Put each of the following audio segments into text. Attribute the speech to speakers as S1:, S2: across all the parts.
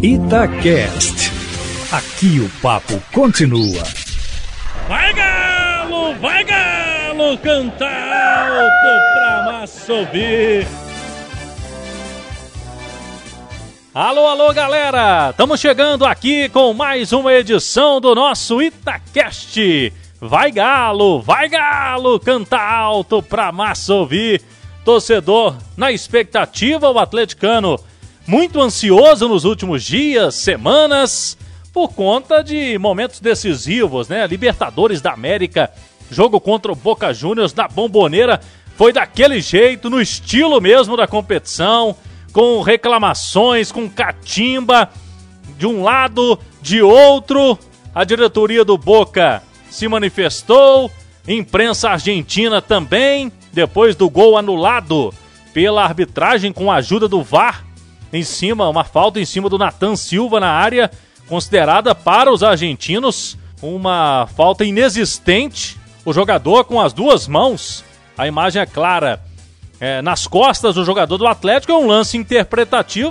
S1: Itacast. Aqui o papo continua.
S2: Vai Galo, canta alto pra massa ouvir. Alô, galera! Estamos chegando aqui com mais uma edição do nosso Itacast. Vai Galo, canta alto pra massa ouvir. Torcedor na expectativa, o atleticano muito ansioso nos últimos dias, semanas, por conta de momentos decisivos, né? Libertadores da América, jogo contra o Boca Juniors da Bombonera, foi daquele jeito, no estilo mesmo da competição, com reclamações, com catimba, de um lado, de outro. A diretoria do Boca se manifestou, imprensa argentina também, depois do gol anulado pela arbitragem com a ajuda do VAR, uma falta em cima do Nathan Silva na área, considerada para os argentinos uma falta inexistente. O jogador com as duas mãos, a imagem é clara, nas costas do jogador do Atlético, é um lance interpretativo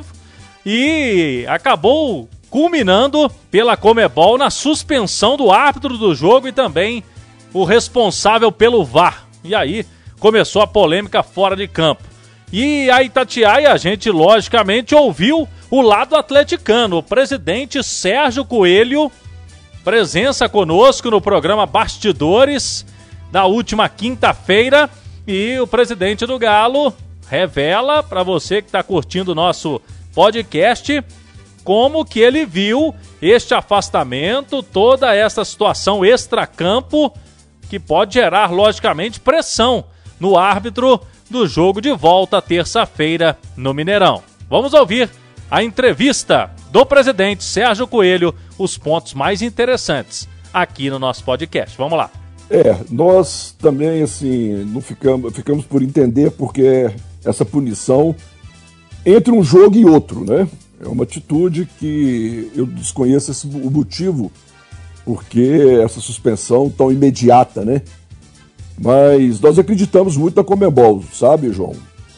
S2: e acabou culminando pela Conmebol na suspensão do árbitro do jogo e também o responsável pelo VAR. E aí começou a polêmica fora de campo. E a Itatiaia, a gente logicamente ouviu o lado atleticano. O presidente Sérgio Coelho, presença conosco no programa Bastidores da última quinta-feira. E o presidente do Galo revela para você que está curtindo o nosso podcast como que ele viu este afastamento, toda essa situação extracampo que pode gerar, logicamente, pressão no árbitro do jogo de volta terça-feira no Mineirão. Vamos ouvir a entrevista do presidente Sérgio Coelho, os pontos mais interessantes aqui no nosso podcast. Vamos lá.
S3: Nós também, assim, não ficamos por entender porque essa punição entre um jogo e outro, né? É uma atitude que eu desconheço o motivo, porque essa suspensão tão imediata, né? Mas nós acreditamos muito na Conmebol, sabe, João?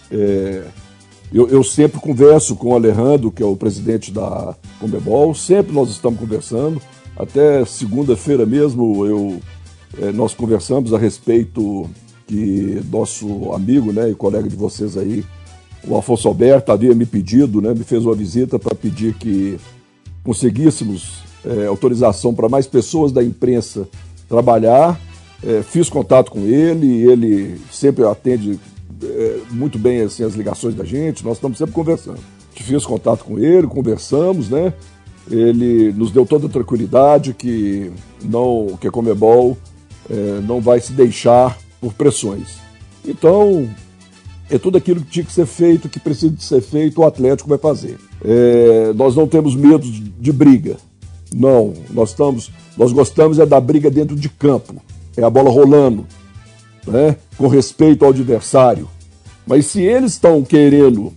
S3: Eu sempre converso com o Alejandro, que é o presidente da Conmebol, sempre nós estamos conversando, até segunda-feira mesmo nós conversamos a respeito que nosso amigo, né, e colega de vocês aí, o Afonso Alberto, havia me pedido, né, me fez uma visita para pedir que conseguíssemos autorização para mais pessoas da imprensa trabalhar. Fiz contato com ele sempre atende muito bem assim, as ligações da gente, nós estamos sempre conversando. Fiz contato com ele, conversamos, né? Ele nos deu toda a tranquilidade que a Conmebol não vai se deixar por pressões. Então, tudo aquilo que tinha que ser feito, que precisa de ser feito, o Atlético vai fazer. Nós não temos medo de briga. Não, nós gostamos da briga dentro de campo. É a bola rolando, né? Com respeito ao adversário. Mas se eles estão querendo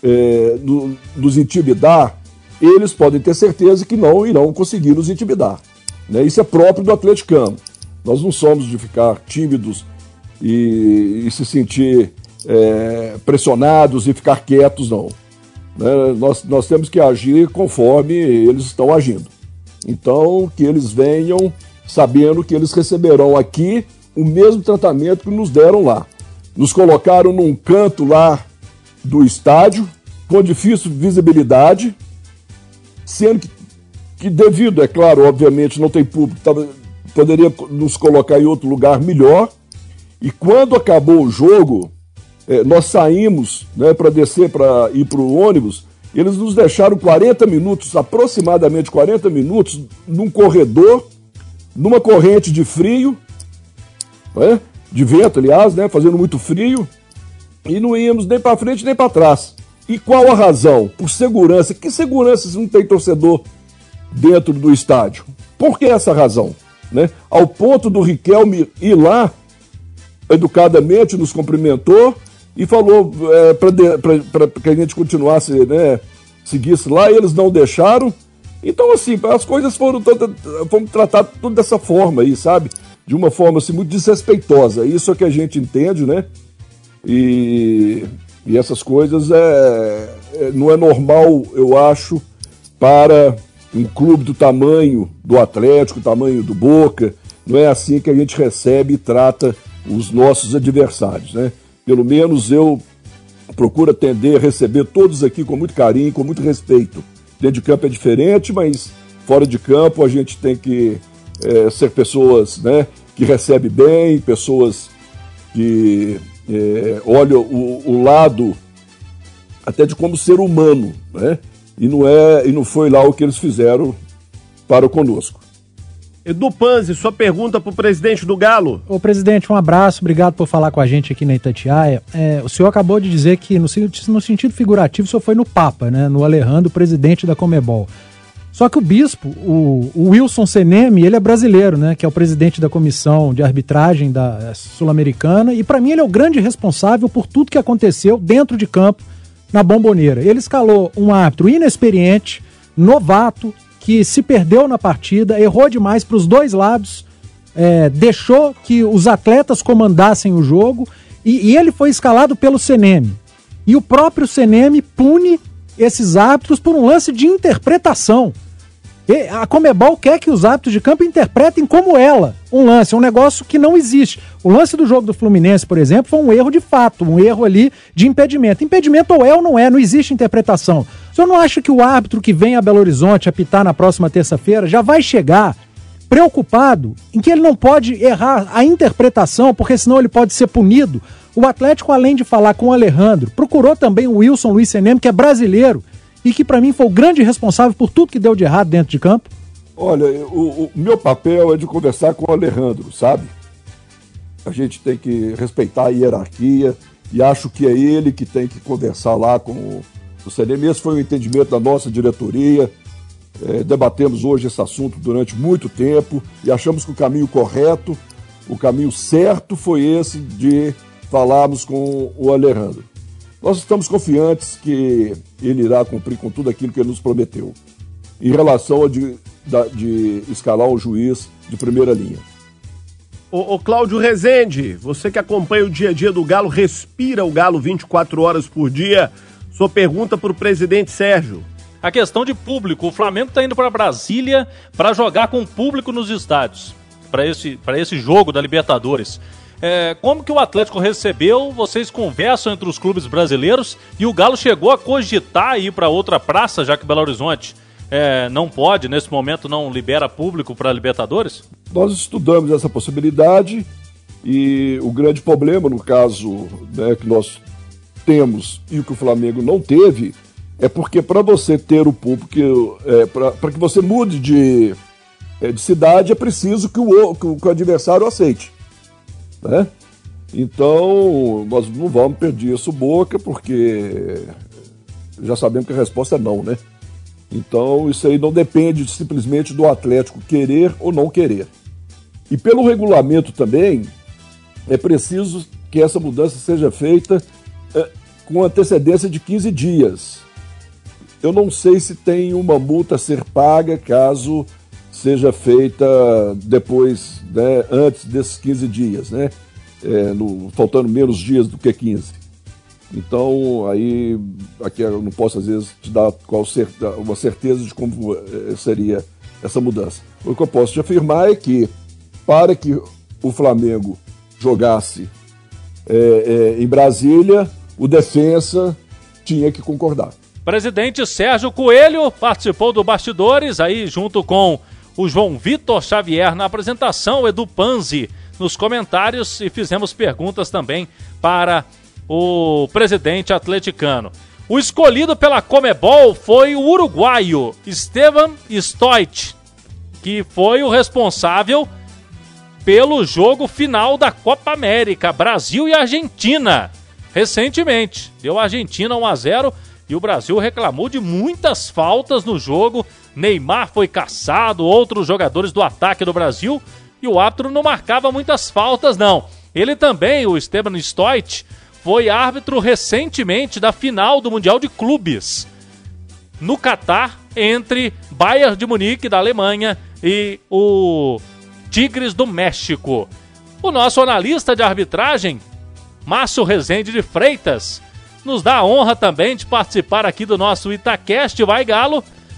S3: nos intimidar, eles podem ter certeza que não irão conseguir nos intimidar, né? Isso é próprio do atleticano. Nós não somos de ficar tímidos e se sentir pressionados e ficar quietos, não. Né? Nós temos que agir conforme eles estão agindo. Então, que eles venham sabendo que eles receberão aqui o mesmo tratamento que nos deram lá. Nos colocaram num canto lá do estádio, com difícil visibilidade, sendo que devido, é claro, obviamente não tem público, poderia nos colocar em outro lugar melhor. E quando acabou o jogo, nós saímos, né, para descer, para ir para o ônibus, eles nos deixaram 40 minutos, aproximadamente 40 minutos, num corredor, numa corrente de frio, né? De vento, aliás, né? Fazendo muito frio, e não íamos nem para frente nem para trás. E qual a razão? Por segurança. Que segurança se não tem torcedor dentro do estádio? Por que essa razão? Né? Ao ponto do Riquelme ir lá, educadamente nos cumprimentou e falou para que a gente continuasse, né, seguisse lá, e eles não deixaram. Então, assim, as coisas fomos tratadas tudo dessa forma aí, sabe? De uma forma, assim, muito desrespeitosa. Isso é que a gente entende, né? E essas coisas não é normal, eu acho, para um clube do tamanho do Atlético, tamanho do Boca. Não é assim que a gente recebe e trata os nossos adversários, né? Pelo menos eu procuro atender a receber todos aqui com muito carinho, com muito respeito. Dentro de campo é diferente, mas fora de campo a gente tem que ser pessoas, né, que recebem bem, pessoas que olham o lado até de como ser humano, né? E não foi lá o que eles fizeram para conosco.
S4: Edu Panzi, sua pergunta para o presidente do Galo.
S5: Ô presidente, um abraço, obrigado por falar com a gente aqui na Itatiaia. O senhor acabou de dizer que no sentido figurativo o senhor foi no Papa, né, no Alejandro, presidente da Conmebol. Só que o bispo, o Wilson Seneme, ele é brasileiro, né, que é o presidente da comissão de arbitragem da Sul-Americana, e para mim ele é o grande responsável por tudo que aconteceu dentro de campo na Bombonera. Ele escalou um árbitro inexperiente, novato, que se perdeu na partida, errou demais para os dois lados, deixou que os atletas comandassem o jogo, e ele foi escalado pelo Seneme. E o próprio Seneme pune esses árbitros por um lance de interpretação. A Conmebol quer que os árbitros de campo interpretem como ela um lance, um negócio que não existe. O lance do jogo do Fluminense, por exemplo, foi um erro de fato, um erro ali de impedimento. Impedimento ou é ou não é, não existe interpretação. O senhor não acha que o árbitro que vem a Belo Horizonte apitar na próxima terça-feira já vai chegar preocupado em que ele não pode errar a interpretação, porque senão ele pode ser punido? O Atlético, além de falar com o Alejandro, procurou também o Wilson Luiz Seneme, que é brasileiro, e que para mim foi o grande responsável por tudo que deu de errado dentro de campo.
S3: Olha, o meu papel é de conversar com o Alejandro, sabe? A gente tem que respeitar a hierarquia e acho que é ele que tem que conversar lá com o Seneme. Esse foi o entendimento da nossa diretoria. Debatemos hoje esse assunto durante muito tempo e achamos que o caminho correto, o caminho certo foi esse de falarmos com o Alejandro. Nós estamos confiantes que ele irá cumprir com tudo aquilo que ele nos prometeu em relação a de escalar o juiz de primeira linha.
S4: Ô Cláudio Rezende, você que acompanha o dia a dia do Galo, respira o Galo 24 horas por dia. Sua pergunta para o presidente Sérgio.
S2: A questão de público. O Flamengo está indo para Brasília para jogar com público nos estádios, para esse jogo da Libertadores. Como que o Atlético recebeu? Vocês conversam entre os clubes brasileiros e o Galo chegou a cogitar ir para outra praça, já que Belo Horizonte não pode, nesse momento não libera público para a Libertadores?
S3: Nós estudamos essa possibilidade e o grande problema, no caso, né, que nós temos e o que o Flamengo não teve, é porque para você ter o público, para que você mude de cidade, é preciso que o adversário aceite. Né? Então, nós não vamos perder isso Boca, porque já sabemos que a resposta é não, né? Então, isso aí não depende simplesmente do Atlético querer ou não querer. E pelo regulamento também, é preciso que essa mudança seja feita com antecedência de 15 dias. Eu não sei se tem uma multa a ser paga caso seja feita depois, né, antes desses 15 dias, né? Faltando menos dias do que 15. Então, aí, aqui eu não posso, às vezes, te dar uma certeza de como seria essa mudança. O que eu posso te afirmar é que, para que o Flamengo jogasse em Brasília, o defensa tinha que concordar.
S2: Presidente Sérgio Coelho participou do Bastidores, aí junto com o João Vitor Xavier na apresentação, Edu Panzi nos comentários, e fizemos perguntas também para o presidente atleticano. O escolhido pela Conmebol foi o uruguaio Esteban Stoich, que foi o responsável pelo jogo final da Copa América, Brasil e Argentina, recentemente. Deu a Argentina 1-0 e o Brasil reclamou de muitas faltas no jogo. Neymar foi caçado, outros jogadores do ataque do Brasil, e o árbitro não marcava muitas faltas, não. Ele também, o Esteban Stoich, foi árbitro recentemente da final do Mundial de Clubes no Catar, entre Bayern de Munique, da Alemanha, e o Tigres do México. O nosso analista de arbitragem, Márcio Rezende de Freitas, nos dá a honra também de participar aqui do nosso Itacast Vai Galo.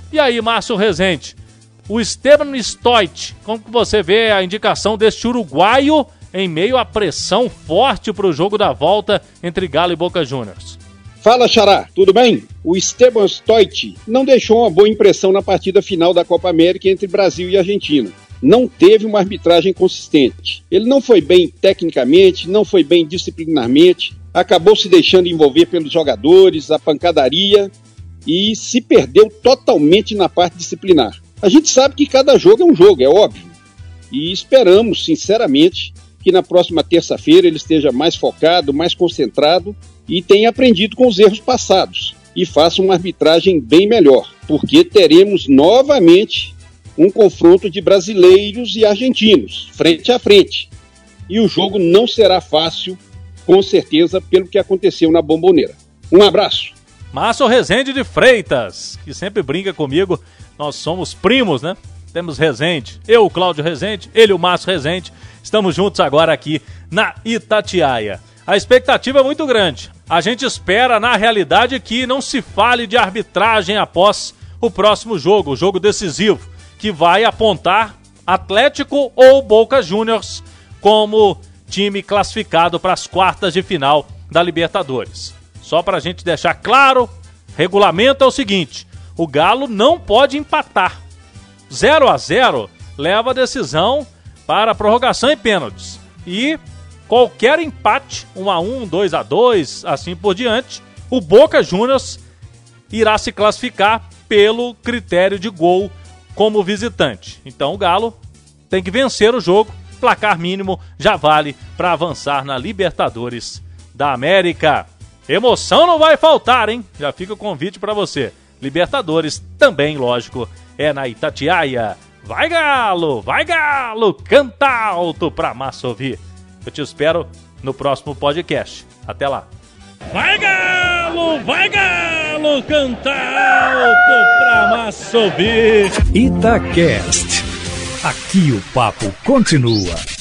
S2: E aí, Márcio Rezende, o Esteban Stoit, como que você vê a indicação deste uruguaio em meio à pressão forte para o jogo da volta entre Galo e Boca Juniors?
S6: Fala, Xará, tudo bem? O Esteban Stoit não deixou uma boa impressão na partida final da Copa América entre Brasil e Argentina. Não teve uma arbitragem consistente. Ele não foi bem tecnicamente, não foi bem disciplinarmente, acabou se deixando envolver pelos jogadores, a pancadaria, e se perdeu totalmente na parte disciplinar. A gente sabe que cada jogo é um jogo, é óbvio, e esperamos, sinceramente, que na próxima terça-feira ele esteja mais focado, mais concentrado e tenha aprendido com os erros passados e faça uma arbitragem bem melhor, porque teremos novamente um confronto de brasileiros e argentinos, frente a frente. E o jogo não será fácil, com certeza, pelo que aconteceu na Bombonera. Um abraço.
S2: Márcio Rezende de Freitas, que sempre brinca comigo. Nós somos primos, né? Temos Rezende, eu, o Cláudio Rezende, ele, o Márcio Rezende. Estamos juntos agora aqui na Itatiaia. A expectativa é muito grande. A gente espera, na realidade, que não se fale de arbitragem após o próximo jogo, o jogo decisivo, que vai apontar Atlético ou Boca Juniors como time classificado para as quartas de final da Libertadores. Só para a gente deixar claro, regulamento é o seguinte: o Galo não pode empatar. 0-0 leva a decisão para prorrogação e pênaltis. E qualquer empate, 1-1, 2-2, assim por diante, o Boca Juniors irá se classificar pelo critério de gol como visitante. Então o Galo tem que vencer o jogo, placar mínimo já vale para avançar na Libertadores da América. Emoção não vai faltar, hein? Já fica o convite para você. Libertadores também, lógico, é na Itatiaia. Vai Galo, canta alto pra massa ouvir. Eu te espero no próximo podcast. Até lá. Vai Galo, canta alto pra massa ouvir.
S1: Itacast. Aqui o papo continua.